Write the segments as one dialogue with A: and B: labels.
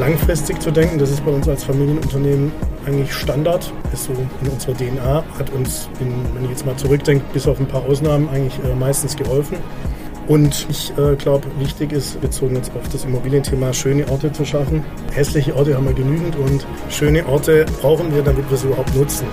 A: langfristig zu denken. Das ist bei uns als Familienunternehmen eigentlich Standard, ist so in unserer DNA, hat uns, wenn ich jetzt mal zurückdenke, bis auf ein paar Ausnahmen eigentlich meistens geholfen. Und ich glaube, wichtig ist, bezogen jetzt auf das Immobilienthema, schöne Orte zu schaffen. Hässliche Orte haben wir genügend und schöne Orte brauchen wir, damit wir sie überhaupt nutzen.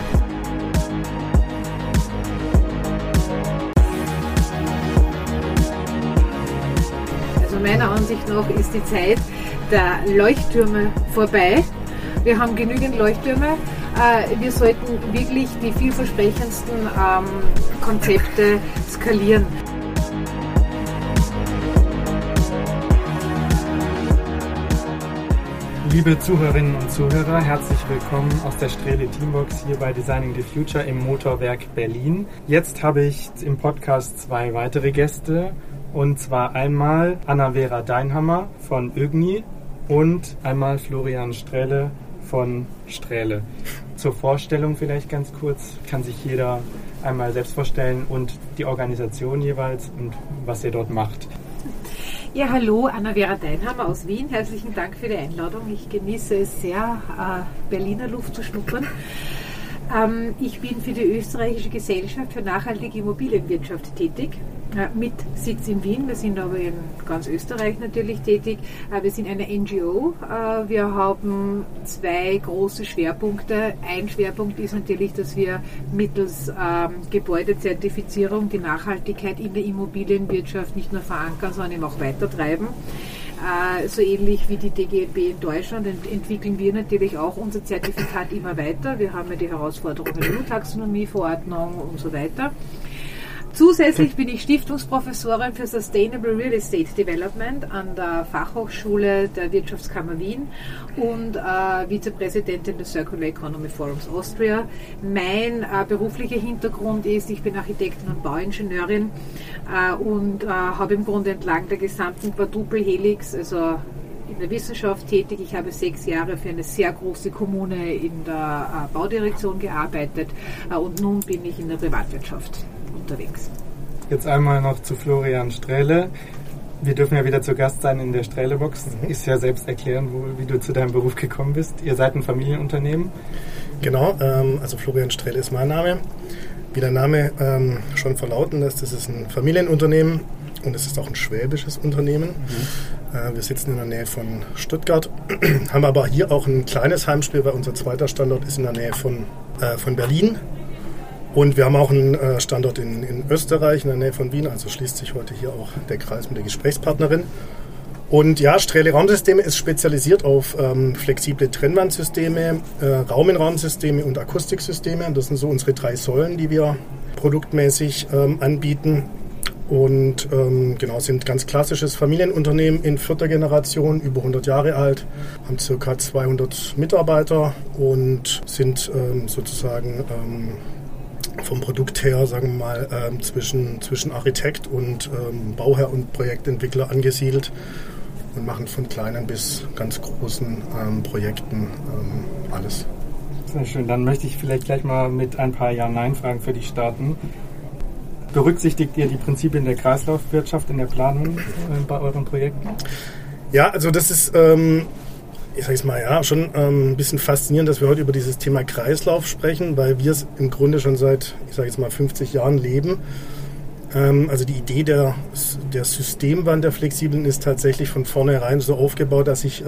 B: Also meiner Ansicht nach ist die Zeit der Leuchttürme vorbei. Wir haben genügend Leuchttürme. Wir sollten wirklich die vielversprechendsten Konzepte skalieren.
C: Liebe Zuhörerinnen und Zuhörer, herzlich willkommen aus der Strehle Teambox hier bei Designing the Future im Motorwerk Berlin. Jetzt habe ich im Podcast 2 weitere Gäste, und zwar einmal Anna-Vera Deinhammer von ÖGNI und einmal Florian Strehle von Strehle. Zur Vorstellung vielleicht ganz kurz, kann sich jeder einmal selbst vorstellen und die Organisation jeweils und was ihr dort macht.
B: Ja, hallo, Anna-Vera Deinhammer aus Wien. Herzlichen Dank für die Einladung. Ich genieße es sehr, Berliner Luft zu schnuppern. Ich bin für die Österreichische Gesellschaft für nachhaltige Immobilienwirtschaft tätig, mit Sitz in Wien. Wir sind aber in ganz Österreich natürlich tätig. Wir sind eine NGO. Wir haben 2 große Schwerpunkte. Ein Schwerpunkt ist natürlich, dass wir mittels Gebäudezertifizierung die Nachhaltigkeit in der Immobilienwirtschaft nicht nur verankern, sondern eben auch weitertreiben. So ähnlich wie die DGNB in Deutschland entwickeln wir natürlich auch unser Zertifikat immer weiter. Wir haben ja die Herausforderungen der EU-Taxonomie-Verordnung und so weiter. Zusätzlich bin ich Stiftungsprofessorin für Sustainable Real Estate Development an der Fachhochschule der Wirtschaftskammer Wien und Vizepräsidentin des Circular Economy Forums Austria. Mein beruflicher Hintergrund ist, ich bin Architektin und Bauingenieurin und habe im Grunde entlang der gesamten Quadruple-Helix, also in der Wissenschaft tätig. Ich habe 6 Jahre für eine sehr große Kommune in der Baudirektion gearbeitet und nun bin ich in der Privatwirtschaft unterwegs.
C: Jetzt einmal noch zu Florian Strehle. Wir dürfen ja wieder zu Gast sein in der Strehle-Box. Ist ja selbst erklären, wie du zu deinem Beruf gekommen bist. Ihr seid ein Familienunternehmen.
A: Genau, also Florian Strehle ist mein Name. Wie der Name schon verlauten lässt, das ist ein Familienunternehmen und es ist auch ein schwäbisches Unternehmen. Wir sitzen in der Nähe von Stuttgart, haben aber hier auch ein kleines Heimspiel, weil unser zweiter Standort ist in der Nähe von Berlin. Und wir haben auch einen Standort in Österreich, in der Nähe von Wien, also schließt sich heute hier auch der Kreis mit der Gesprächspartnerin. Und ja, Strehle Raumsysteme ist spezialisiert auf flexible Trennwandsysteme, Raum-in-Raum-Systeme und Akustiksysteme. Das sind so unsere 3 Säulen, die wir produktmäßig anbieten. Und genau, sind ganz klassisches Familienunternehmen in 4. Generation, über 100 Jahre alt, haben ca. 200 Mitarbeiter und sind sozusagen vom Produkt her, sagen wir mal, zwischen Architekt und Bauherr und Projektentwickler angesiedelt und machen von kleinen bis ganz großen Projekten alles.
C: Sehr schön, dann möchte ich vielleicht gleich mal mit ein paar Ja-Nein-Fragen für dich starten. Berücksichtigt ihr die Prinzipien der Kreislaufwirtschaft in der Planung bei euren Projekten?
A: Ja, also das ist ich sage es mal, ja, schon ein bisschen faszinierend, dass wir heute über dieses Thema Kreislauf sprechen, weil wir es im Grunde schon seit, ich sage jetzt mal, 50 Jahren leben. Also die Idee der Systemwand der flexiblen ist tatsächlich von vornherein so aufgebaut, dass ich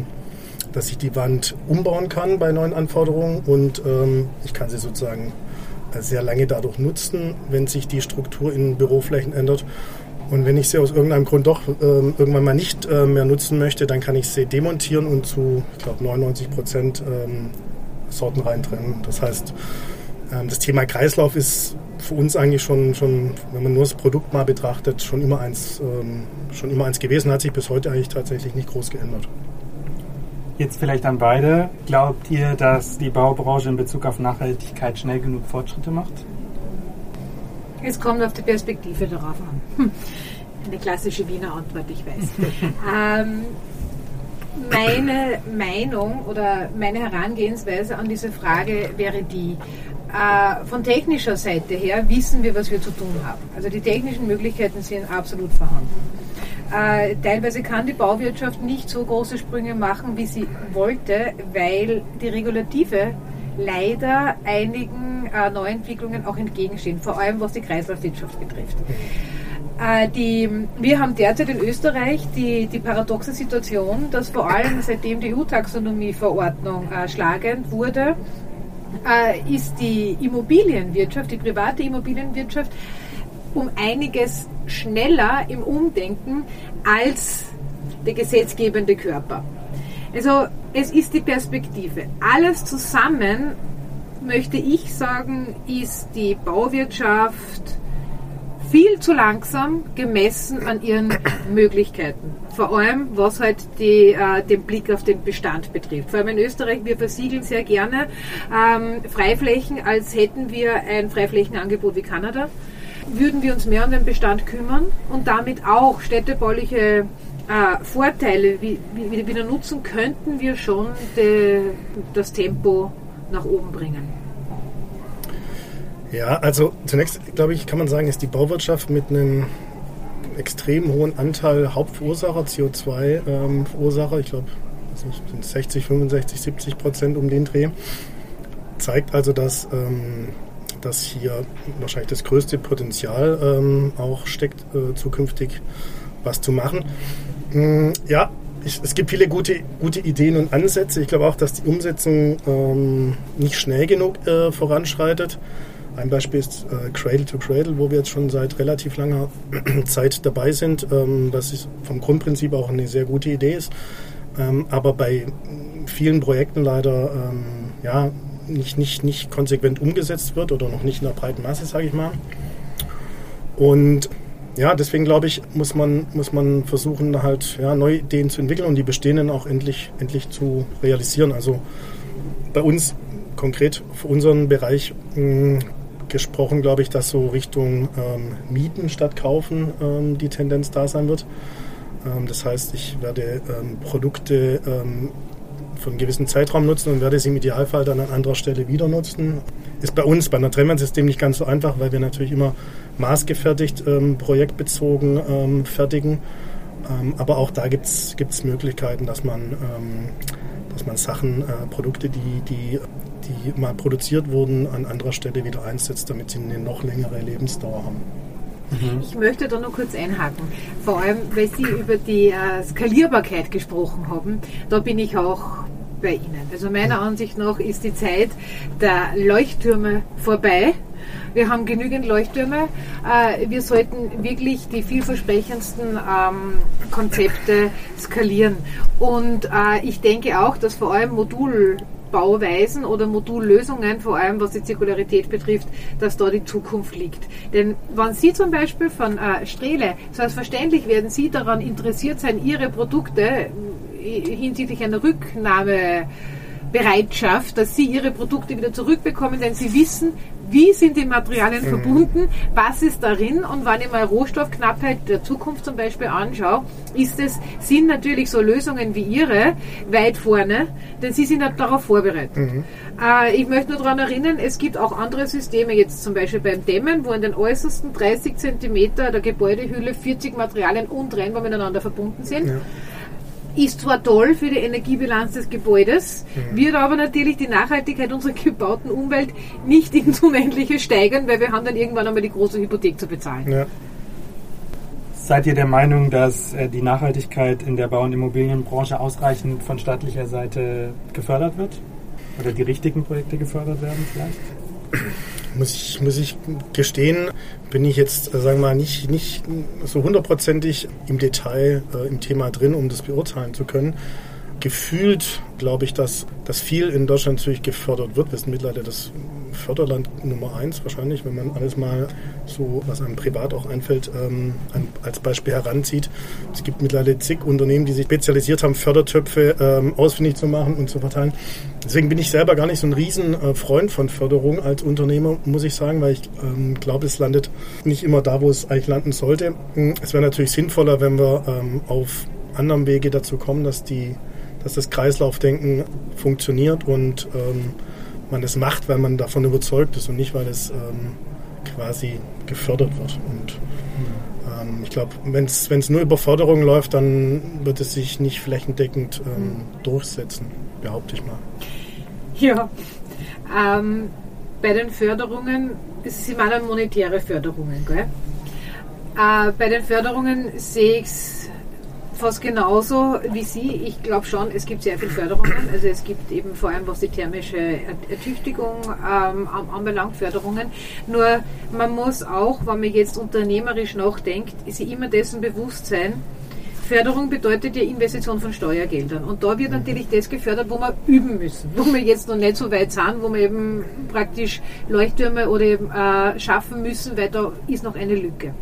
A: die Wand umbauen kann bei neuen Anforderungen und ich kann sie sozusagen sehr lange dadurch nutzen, wenn sich die Struktur in Büroflächen ändert. Und wenn ich sie aus irgendeinem Grund doch irgendwann mal nicht mehr nutzen möchte, dann kann ich sie demontieren und zu, ich glaube, 99% Sorten reintrennen. Das heißt, das Thema Kreislauf ist für uns eigentlich schon, wenn man nur das Produkt mal betrachtet, schon immer eins gewesen, hat sich bis heute eigentlich tatsächlich nicht groß geändert.
C: Jetzt vielleicht an beide. Glaubt ihr, dass die Baubranche in Bezug auf Nachhaltigkeit schnell genug Fortschritte macht?
B: Es kommt auf die Perspektive darauf an. Eine klassische Wiener Antwort, ich weiß. Meine Meinung oder meine Herangehensweise an diese Frage wäre die, von technischer Seite her wissen wir, was wir zu tun haben. Also die technischen Möglichkeiten sind absolut vorhanden. Teilweise kann die Bauwirtschaft nicht so große Sprünge machen, wie sie wollte, weil die Regulative leider einigen Neuentwicklungen auch entgegenstehen, vor allem was die Kreislaufwirtschaft betrifft. Wir haben derzeit in Österreich die paradoxe Situation, dass vor allem seitdem die EU-Taxonomie-Verordnung schlagend wurde, ist die Immobilienwirtschaft, die private Immobilienwirtschaft, um einiges schneller im Umdenken als der gesetzgebende Körper. Also es ist die Perspektive. Alles zusammen, möchte ich sagen, ist die Bauwirtschaft viel zu langsam gemessen an ihren Möglichkeiten. Vor allem, was halt den Blick auf den Bestand betrifft. Vor allem in Österreich, wir versiegeln sehr gerne Freiflächen, als hätten wir ein Freiflächenangebot wie Kanada. Würden wir uns mehr um den Bestand kümmern und damit auch städtebauliche Vorteile wieder nutzen, könnten wir schon das Tempo nach oben bringen.
A: Ja, also zunächst, glaube ich, kann man sagen, ist die Bauwirtschaft mit einem extrem hohen Anteil Hauptverursacher, CO2-Verursacher, ich glaube, das sind 60, 65, 70% um den Dreh, zeigt also, dass hier wahrscheinlich das größte Potenzial auch steckt, zukünftig was zu machen. Ja, es gibt viele gute Ideen und Ansätze. Ich glaube auch, dass die Umsetzung nicht schnell genug voranschreitet. Ein Beispiel ist Cradle to Cradle, wo wir jetzt schon seit relativ langer Zeit dabei sind, was vom Grundprinzip auch eine sehr gute Idee ist, aber bei vielen Projekten leider nicht konsequent umgesetzt wird oder noch nicht in der breiten Masse, sage ich mal. Und ja, deswegen glaube ich, muss man versuchen, halt neue Ideen zu entwickeln und die bestehenden auch endlich zu realisieren. Also bei uns konkret für unseren Bereich gesprochen, glaube ich, dass so Richtung Mieten statt Kaufen die Tendenz da sein wird. Das heißt, ich werde Produkte für einen gewissen Zeitraum nutzen und werde sie im Idealfall dann an anderer Stelle wieder nutzen. Ist bei uns, bei einer Trennwandsystem nicht ganz so einfach, weil wir natürlich immer maßgefertigt, projektbezogen fertigen. Aber auch da gibt's Möglichkeiten, dass man Sachen, Produkte, die mal produziert wurden, an anderer Stelle wieder einsetzt, damit sie eine noch längere Lebensdauer haben.
B: Ich möchte da noch kurz einhaken, vor allem, weil Sie über die Skalierbarkeit gesprochen haben, da bin ich auch bei Ihnen. Also meiner Ansicht nach ist die Zeit der Leuchttürme vorbei. Wir haben genügend Leuchttürme. Wir sollten wirklich die vielversprechendsten Konzepte skalieren. Und ich denke auch, dass vor allem Modulbauweisen oder Modullösungen, vor allem was die Zirkularität betrifft, dass da die Zukunft liegt. Denn wenn Sie zum Beispiel von Strehle, selbstverständlich werden Sie daran interessiert sein, Ihre Produkte hinsichtlich einer Rücknahmebereitschaft, dass Sie Ihre Produkte wieder zurückbekommen, denn Sie wissen, wie sind die Materialien verbunden, was ist darin, und wenn ich mal Rohstoffknappheit der Zukunft zum Beispiel anschaue, sind natürlich so Lösungen wie Ihre weit vorne, denn Sie sind darauf vorbereitet. Ich möchte nur daran erinnern, es gibt auch andere Systeme, jetzt zum Beispiel beim Dämmen, wo in den äußersten 30 cm der Gebäudehülle 40 Materialien untrennbar miteinander verbunden sind. Ja. Ist zwar toll für die Energiebilanz des Gebäudes, wird aber natürlich die Nachhaltigkeit unserer gebauten Umwelt nicht ins Unendliche steigern, weil wir haben dann irgendwann einmal die große Hypothek zu bezahlen. Ja.
C: Seid ihr der Meinung, dass die Nachhaltigkeit in der Bau- und Immobilienbranche ausreichend von staatlicher Seite gefördert wird? Oder die richtigen Projekte gefördert werden vielleicht?
A: Muss ich gestehen, bin ich jetzt, sagen wir mal, nicht so hundertprozentig im Detail im Thema drin, um das beurteilen zu können. Gefühlt glaube ich, dass viel in Deutschland natürlich gefördert wird. Wir sind mittlerweile das Förderland Nummer 1 wahrscheinlich, wenn man alles mal so, was einem privat auch einfällt, als Beispiel heranzieht. Es gibt mittlerweile zig Unternehmen, die sich spezialisiert haben, Fördertöpfe ausfindig zu machen und zu verteilen. Deswegen bin ich selber gar nicht so ein Riesenfreund von Förderung als Unternehmer, muss ich sagen, weil ich glaube, es landet nicht immer da, wo es eigentlich landen sollte. Es wäre natürlich sinnvoller, wenn wir auf anderem Wege dazu kommen, dass das Kreislaufdenken funktioniert und man es macht, weil man davon überzeugt ist und nicht, weil es quasi gefördert wird. Und ich glaube, wenn es nur über Förderung läuft, dann wird es sich nicht flächendeckend durchsetzen, behaupte ich mal.
B: Ja, bei den Förderungen, es sind immer monetäre Förderungen, gell? Bei den Förderungen sehe ich es fast genauso wie Sie. Ich glaube schon, es gibt sehr viele Förderungen. Also es gibt eben vor allem, was die thermische Ertüchtigung anbelangt, Förderungen. Nur man muss auch, wenn man jetzt unternehmerisch nachdenkt, sich immer dessen bewusst sein, Förderung bedeutet ja Investition von Steuergeldern. Und da wird natürlich das gefördert, wo wir üben müssen, wo wir jetzt noch nicht so weit sind, wo wir eben praktisch Leuchttürme oder eben schaffen müssen, weil da ist noch eine Lücke.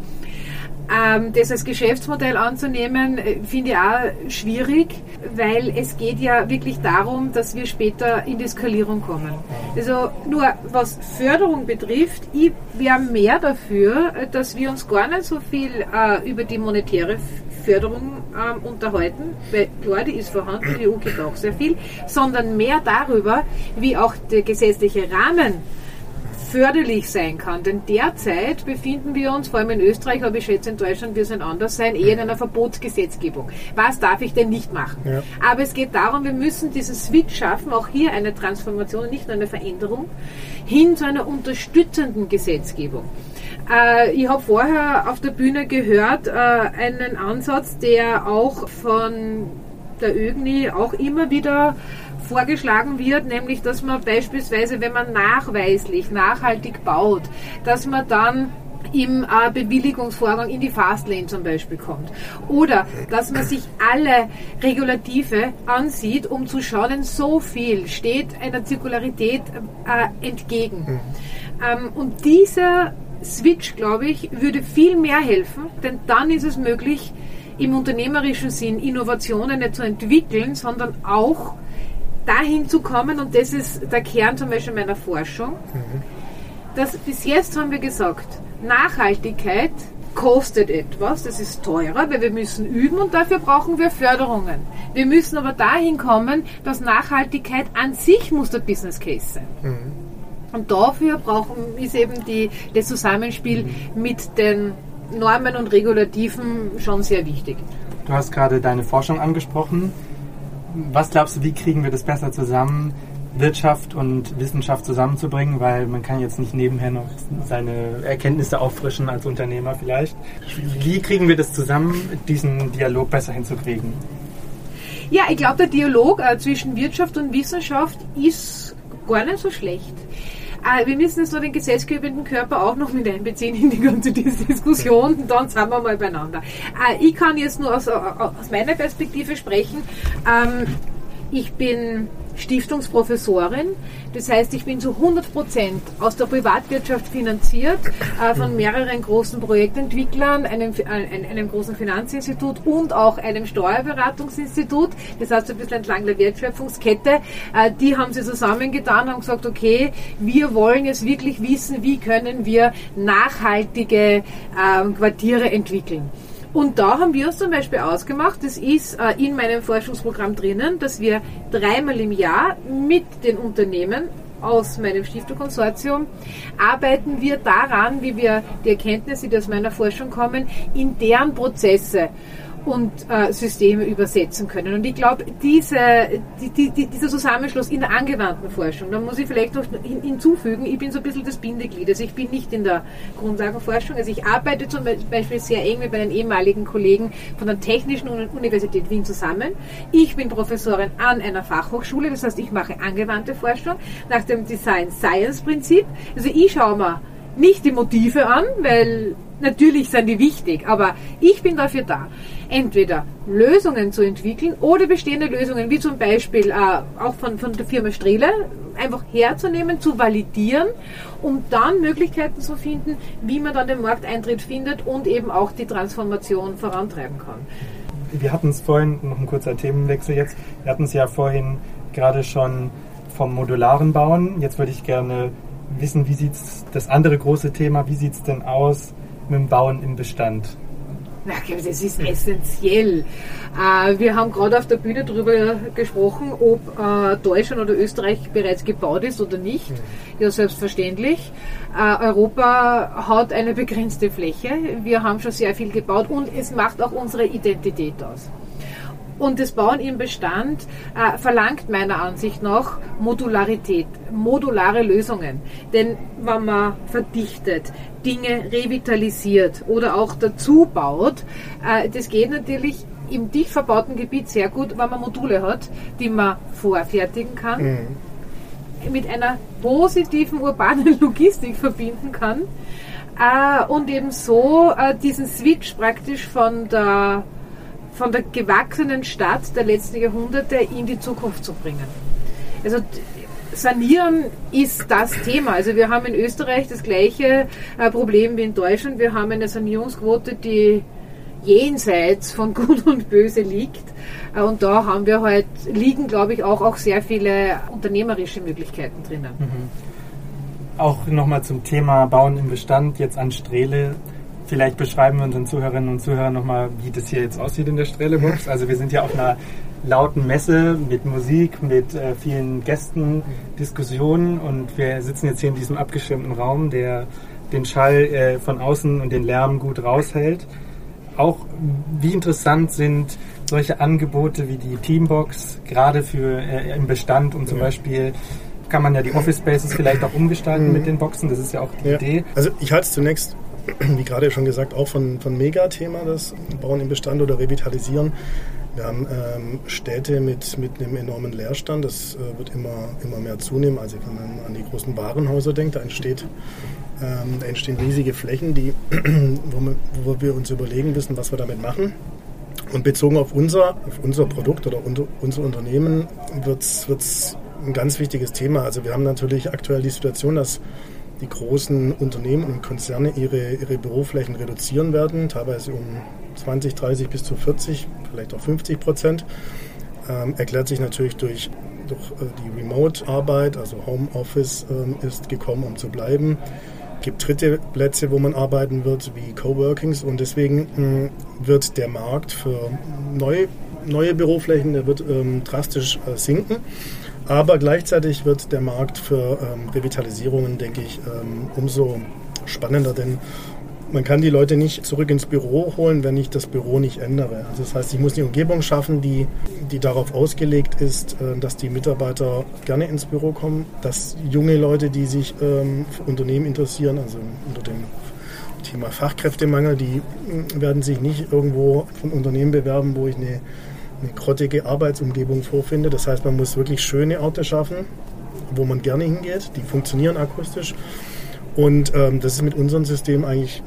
B: Das als Geschäftsmodell anzunehmen, finde ich auch schwierig, weil es geht ja wirklich darum, dass wir später in die Skalierung kommen. Also nur was Förderung betrifft, ich wäre mehr dafür, dass wir uns gar nicht so viel über die monetäre Förderung unterhalten, weil klar, die ist vorhanden, die EU gibt auch sehr viel, sondern mehr darüber, wie auch der gesetzliche Rahmen förderlich sein kann. Denn derzeit befinden wir uns, vor allem in Österreich, aber ich schätze in Deutschland wird es ein anders sein, eher in einer Verbotsgesetzgebung. Was darf ich denn nicht machen? Ja. Aber es geht darum, wir müssen diesen Switch schaffen, auch hier eine Transformation, nicht nur eine Veränderung, hin zu einer unterstützenden Gesetzgebung. Ich habe vorher auf der Bühne gehört, einen Ansatz, der auch von der ÖGNI auch immer wieder vorgeschlagen wird, nämlich, dass man beispielsweise, wenn man nachweislich nachhaltig baut, dass man dann im Bewilligungsvorgang in die Fastlane zum Beispiel kommt. Oder, dass man sich alle Regulative ansieht, um zu schauen, so viel steht einer Zirkularität entgegen. Und dieser Switch, glaube ich, würde viel mehr helfen, denn dann ist es möglich, im unternehmerischen Sinn Innovationen nicht zu entwickeln, sondern auch dahin zu kommen, und das ist der Kern zum Beispiel meiner Forschung, dass bis jetzt haben wir gesagt, Nachhaltigkeit kostet etwas, das ist teurer, weil wir müssen üben und dafür brauchen wir Förderungen. Wir müssen aber dahin kommen, dass Nachhaltigkeit an sich muss der Business Case sein. Und dafür ist eben das Zusammenspiel mit den Normen und Regulativen schon sehr wichtig.
C: Du hast gerade deine Forschung angesprochen. Was glaubst du, wie kriegen wir das besser zusammen, Wirtschaft und Wissenschaft zusammenzubringen? Weil man kann jetzt nicht nebenher noch seine Erkenntnisse auffrischen als Unternehmer vielleicht. Wie kriegen wir das zusammen, diesen Dialog besser hinzukriegen?
B: Ja, ich glaube, der Dialog zwischen Wirtschaft und Wissenschaft ist gar nicht so schlecht. Wir müssen jetzt nur den gesetzgebenden Körper auch noch mit einbeziehen in die ganze Diskussion, und dann sind wir mal beieinander. Ich kann jetzt nur aus meiner Perspektive sprechen. Ich bin Stiftungsprofessorin, das heißt, ich bin zu 100% aus der Privatwirtschaft finanziert, von mehreren großen Projektentwicklern, einem großen Finanzinstitut und auch einem Steuerberatungsinstitut, das heißt ein bisschen entlang der Wertschöpfungskette. Die haben sich zusammengetan und haben gesagt, okay, wir wollen jetzt wirklich wissen, wie können wir nachhaltige Quartiere entwickeln. Und da haben wir uns zum Beispiel ausgemacht, das ist in meinem Forschungsprogramm drinnen, dass wir 3-mal im Jahr mit den Unternehmen aus meinem Stifterkonsortium arbeiten wir daran, wie wir die Erkenntnisse, die aus meiner Forschung kommen, in deren Prozesse und Systeme übersetzen können. Und ich glaube, dieser Zusammenschluss in der angewandten Forschung, da muss ich vielleicht noch hinzufügen, ich bin so ein bisschen das Bindeglied. Also ich bin nicht in der Grundlagenforschung, also ich arbeite zum Beispiel sehr eng mit meinen ehemaligen Kollegen von der Technischen Universität Wien zusammen. Ich bin Professorin an einer Fachhochschule, das heißt, ich mache angewandte Forschung nach dem Design-Science-Prinzip. Also ich schaue mir nicht die Motive an, weil natürlich sind die wichtig, aber ich bin dafür da, entweder Lösungen zu entwickeln oder bestehende Lösungen, wie zum Beispiel auch von der Firma Strehle, einfach herzunehmen, zu validieren, um dann Möglichkeiten zu finden, wie man dann den Markteintritt findet und eben auch die Transformation vorantreiben kann.
C: Wir hatten es vorhin, noch ein kurzer Themenwechsel jetzt, wir hatten es ja vorhin gerade schon vom modularen Bauen. Jetzt würde ich gerne wissen, wie sieht's das andere große Thema, wie sieht es denn aus mit dem Bauen im Bestand?
B: Na, das ist essentiell. Wir haben gerade auf der Bühne darüber gesprochen, ob Deutschland oder Österreich bereits gebaut ist oder nicht. Ja, selbstverständlich. Europa hat eine begrenzte Fläche. Wir haben schon sehr viel gebaut und es macht auch unsere Identität aus. Und das Bauen im Bestand verlangt meiner Ansicht nach Modularität, modulare Lösungen. Denn wenn man verdichtet, Dinge revitalisiert oder auch dazu baut, das geht natürlich im dicht verbauten Gebiet sehr gut, wenn man Module hat, die man vorfertigen kann, mit einer positiven urbanen Logistik verbinden kann und eben so diesen Switch praktisch von der gewachsenen Stadt der letzten Jahrhunderte in die Zukunft zu bringen. Also Sanieren ist das Thema. Also wir haben in Österreich das gleiche Problem wie in Deutschland. Wir haben eine Sanierungsquote, die jenseits von Gut und Böse liegt. Und da haben wir halt, liegen glaube ich auch sehr viele unternehmerische Möglichkeiten drinnen.
C: Auch nochmal zum Thema Bauen im Bestand, jetzt an Strehle. Vielleicht beschreiben wir unseren Zuhörerinnen und Zuhörern nochmal, wie das hier jetzt aussieht in der Strehlebox. Also wir sind ja auf einer lauten Messe mit Musik, mit vielen Gästen, Diskussionen und wir sitzen jetzt hier in diesem abgeschirmten Raum, der den Schall von außen und den Lärm gut raushält. Auch wie interessant sind solche Angebote wie die Teambox, gerade für im Bestand, um zum Beispiel kann man ja die Office Spaces vielleicht auch umgestalten mit den Boxen, das ist ja auch die Idee.
A: Also ich halte es zunächst, wie gerade schon gesagt, auch von Megathema, das Bauen im Bestand oder Revitalisieren. Wir haben Städte mit einem enormen Leerstand, das wird immer mehr zunehmen. Also wenn man an die großen Warenhäuser denkt, da entstehen riesige Flächen, wo wir uns überlegen müssen, was wir damit machen. Und bezogen auf unser Produkt oder unser Unternehmen wird's ein ganz wichtiges Thema. Also wir haben natürlich aktuell die Situation, dass die großen Unternehmen und Konzerne ihre Büroflächen reduzieren werden, teilweise um 20, 30 bis zu 40, vielleicht auch 50%. Erklärt sich natürlich durch die Remote-Arbeit, also Homeoffice ist gekommen, um zu bleiben. Es gibt dritte Plätze, wo man arbeiten wird, wie Coworkings, und deswegen wird der Markt für neue Büroflächen, der wird drastisch sinken. Aber gleichzeitig wird der Markt für Revitalisierungen, denke ich, umso spannender, denn man kann die Leute nicht zurück ins Büro holen, wenn ich das Büro nicht ändere. Also das heißt, ich muss eine Umgebung schaffen, die darauf ausgelegt ist, dass die Mitarbeiter gerne ins Büro kommen, dass junge Leute, die sich für Unternehmen interessieren, also unter dem Thema Fachkräftemangel, die werden sich nicht irgendwo von Unternehmen bewerben, wo ich eine grottige Arbeitsumgebung vorfinde. Das heißt, man muss wirklich schöne Orte schaffen, wo man gerne hingeht, die funktionieren akustisch. Und das ist mit unserem System eigentlich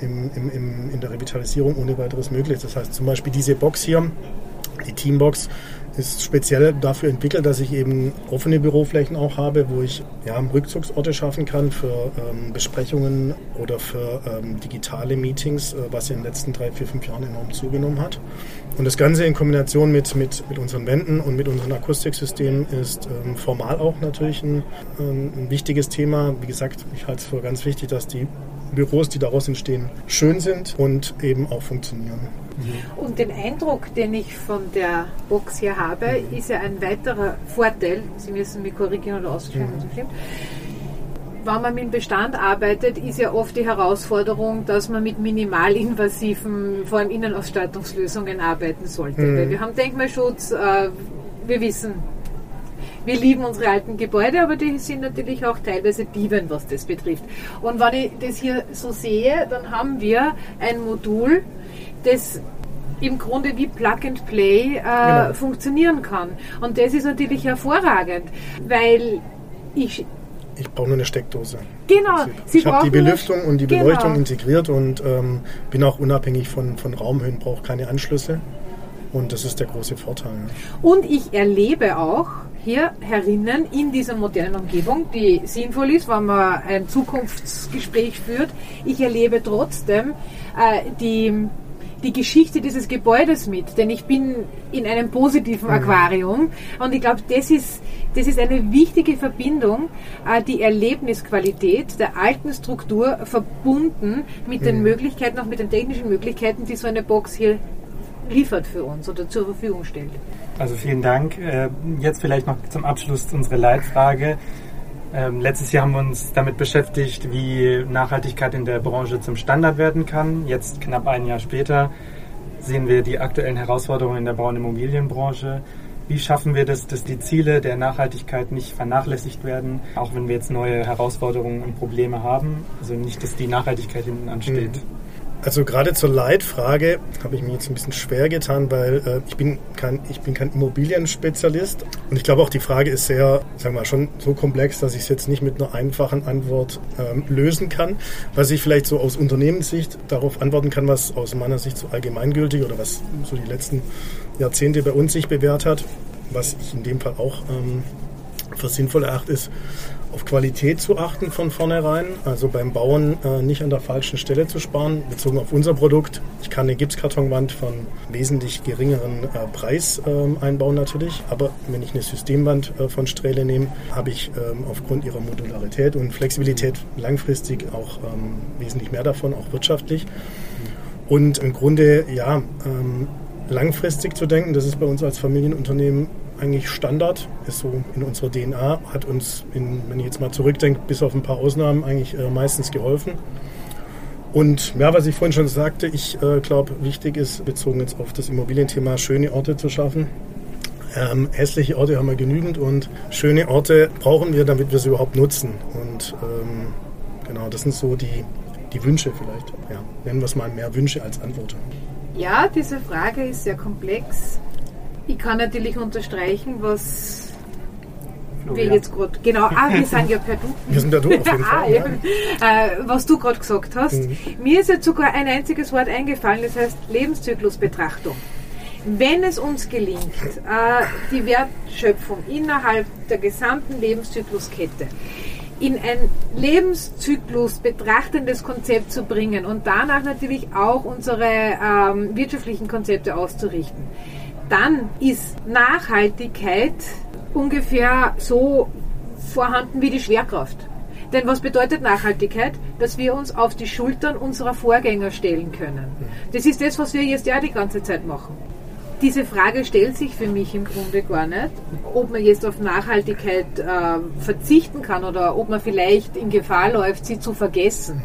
A: in der Revitalisierung ohne weiteres möglich. Das heißt zum Beispiel diese Box hier, die Teambox, ist speziell dafür entwickelt, dass ich eben offene Büroflächen auch habe, wo ich Rückzugsorte schaffen kann für Besprechungen oder für digitale Meetings, was in den letzten 3, 4, 5 Jahren enorm zugenommen hat. Und das Ganze in Kombination mit unseren Wänden und mit unserem Akustiksysteem ist formal auch natürlich ein wichtiges Thema. Wie gesagt, ich halte es für ganz wichtig, dass die Büros, die daraus entstehen, schön sind und eben auch funktionieren.
B: Und den Eindruck, den ich von der Box hier habe, ist ja ein weiterer Vorteil, Sie müssen mich korrigieren oder ausschreiben, was stimmt. Wenn man mit dem Bestand arbeitet, ist ja oft die Herausforderung, dass man mit minimalinvasiven, vor allem Innenausstattungslösungen arbeiten sollte. Weil wir haben Denkmalschutz, wir wissen, wir lieben unsere alten Gebäude, aber die sind natürlich auch teilweise Dieben, was das betrifft. Und wenn ich das hier so sehe, dann haben wir ein Modul, das im Grunde wie Plug and Play funktionieren kann. Und das ist natürlich hervorragend, weil ich
A: brauche nur eine Steckdose.
B: Genau.
A: Ich habe die Belüftung und die Beleuchtung integriert und bin auch unabhängig von Raumhöhen, brauche keine Anschlüsse. Und das ist der große Vorteil.
B: Und ich erlebe auch hier herinnen in dieser modernen Umgebung, die sinnvoll ist, wenn man ein Zukunftsgespräch führt, ich erlebe trotzdem die Geschichte dieses Gebäudes mit, denn ich bin in einem positiven Aquarium und ich glaube, das ist eine wichtige Verbindung, die Erlebnisqualität der alten Struktur verbunden mit den Möglichkeiten, auch mit den technischen Möglichkeiten, die so eine Box hier liefert für uns oder zur Verfügung stellt.
C: Also vielen Dank. Jetzt vielleicht noch zum Abschluss unsere Leitfrage. Letztes Jahr haben wir uns damit beschäftigt, wie Nachhaltigkeit in der Branche zum Standard werden kann. Jetzt, knapp ein Jahr später, sehen wir die aktuellen Herausforderungen in der Bau- und Immobilienbranche. Wie schaffen wir das, dass die Ziele der Nachhaltigkeit nicht vernachlässigt werden, auch wenn wir jetzt neue Herausforderungen und Probleme haben? Also nicht, dass die Nachhaltigkeit hinten ansteht.
A: Also gerade zur Leitfrage habe ich mir jetzt ein bisschen schwer getan, weil ich bin kein Immobilienspezialist und ich glaube auch die Frage ist sehr, sagen wir mal, schon so komplex, dass ich es jetzt nicht mit einer einfachen Antwort lösen kann. Was ich vielleicht so aus Unternehmenssicht darauf antworten kann, was aus meiner Sicht so allgemeingültig oder was so die letzten Jahrzehnte bei uns sich bewährt hat, was ich in dem Fall auch für sinnvoll erachte, ist, auf Qualität zu achten von vornherein, also beim Bauen nicht an der falschen Stelle zu sparen, bezogen auf unser Produkt. Ich kann eine Gipskartonwand von wesentlich geringeren Preis einbauen natürlich, aber wenn ich eine Systemwand von Strehle nehme, habe ich aufgrund ihrer Modularität und Flexibilität langfristig auch wesentlich mehr davon, auch wirtschaftlich. Und im Grunde, ja, langfristig zu denken, das ist bei uns als Familienunternehmen eigentlich Standard, ist so in unserer DNA, hat uns, wenn ich jetzt mal zurückdenke, bis auf ein paar Ausnahmen eigentlich meistens geholfen. Und ja, was ich vorhin schon sagte, ich glaube, wichtig ist, bezogen jetzt auf das Immobilienthema, schöne Orte zu schaffen. Hässliche Orte haben wir genügend und schöne Orte brauchen wir, damit wir sie überhaupt nutzen. Und genau, das sind so die Wünsche vielleicht. Ja, nennen wir es mal mehr Wünsche als Antworten.
B: Ja, diese Frage ist sehr komplex. Ich kann natürlich unterstreichen, was wir jetzt gerade... Genau, wir sind ja per Du.
A: Wir sind per Du auf jeden Fall.
B: Ja. Was du gerade gesagt hast. Mir ist jetzt sogar ein einziges Wort eingefallen, das heißt Lebenszyklusbetrachtung. Wenn es uns gelingt, die Wertschöpfung innerhalb der gesamten Lebenszykluskette in ein Lebenszyklus betrachtendes Konzept zu bringen und danach natürlich auch unsere wirtschaftlichen Konzepte auszurichten, dann ist Nachhaltigkeit ungefähr so vorhanden wie die Schwerkraft. Denn was bedeutet Nachhaltigkeit? Dass wir uns auf die Schultern unserer Vorgänger stellen können. Das ist das, was wir jetzt ja die ganze Zeit machen. Diese Frage stellt sich für mich im Grunde gar nicht, ob man jetzt auf Nachhaltigkeit verzichten kann oder ob man vielleicht in Gefahr läuft, sie zu vergessen.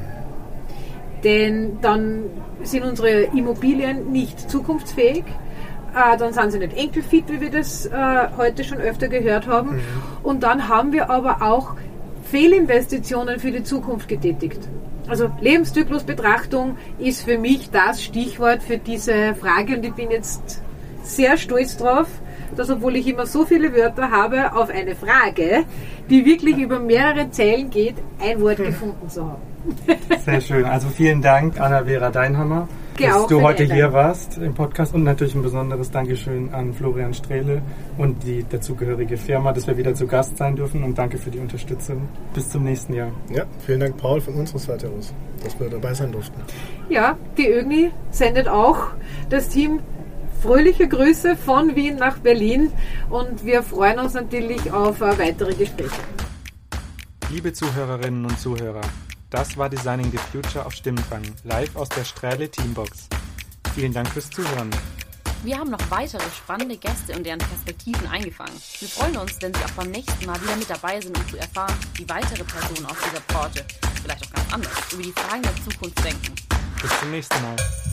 B: Denn dann sind unsere Immobilien nicht zukunftsfähig. Dann sind sie nicht enkelfit, wie wir das heute schon öfter gehört haben. Und dann haben wir aber auch Fehlinvestitionen für die Zukunft getätigt. Also Lebenszyklusbetrachtung ist für mich das Stichwort für diese Frage und ich bin jetzt sehr stolz drauf, dass, obwohl ich immer so viele Wörter habe, auf eine Frage, die wirklich über mehrere Zeilen geht, ein Wort gefunden zu haben.
C: Sehr schön. Also vielen Dank, Anna-Vera Deinhammer, dass du heute hier warst im Podcast und natürlich ein besonderes Dankeschön an Florian Strehle und die dazugehörige Firma, dass wir wieder zu Gast sein dürfen und danke für die Unterstützung. Bis zum nächsten Jahr.
A: Ja, vielen Dank, Paul, von unserer Seite aus, dass wir dabei sein durften.
B: Ja, die ÖGNI sendet auch das Team fröhliche Grüße von Wien nach Berlin und wir freuen uns natürlich auf weitere Gespräche.
C: Liebe Zuhörerinnen und Zuhörer, das war Designing the Future auf Stimmenfang, live aus der Strehle Teambox. Vielen Dank fürs Zuhören.
D: Wir haben noch weitere spannende Gäste und deren Perspektiven eingefangen. Wir freuen uns, wenn Sie auch beim nächsten Mal wieder mit dabei sind, um zu erfahren, wie weitere Personen aus dieser Branche, vielleicht auch ganz anders, über die Fragen der Zukunft denken.
C: Bis zum nächsten Mal.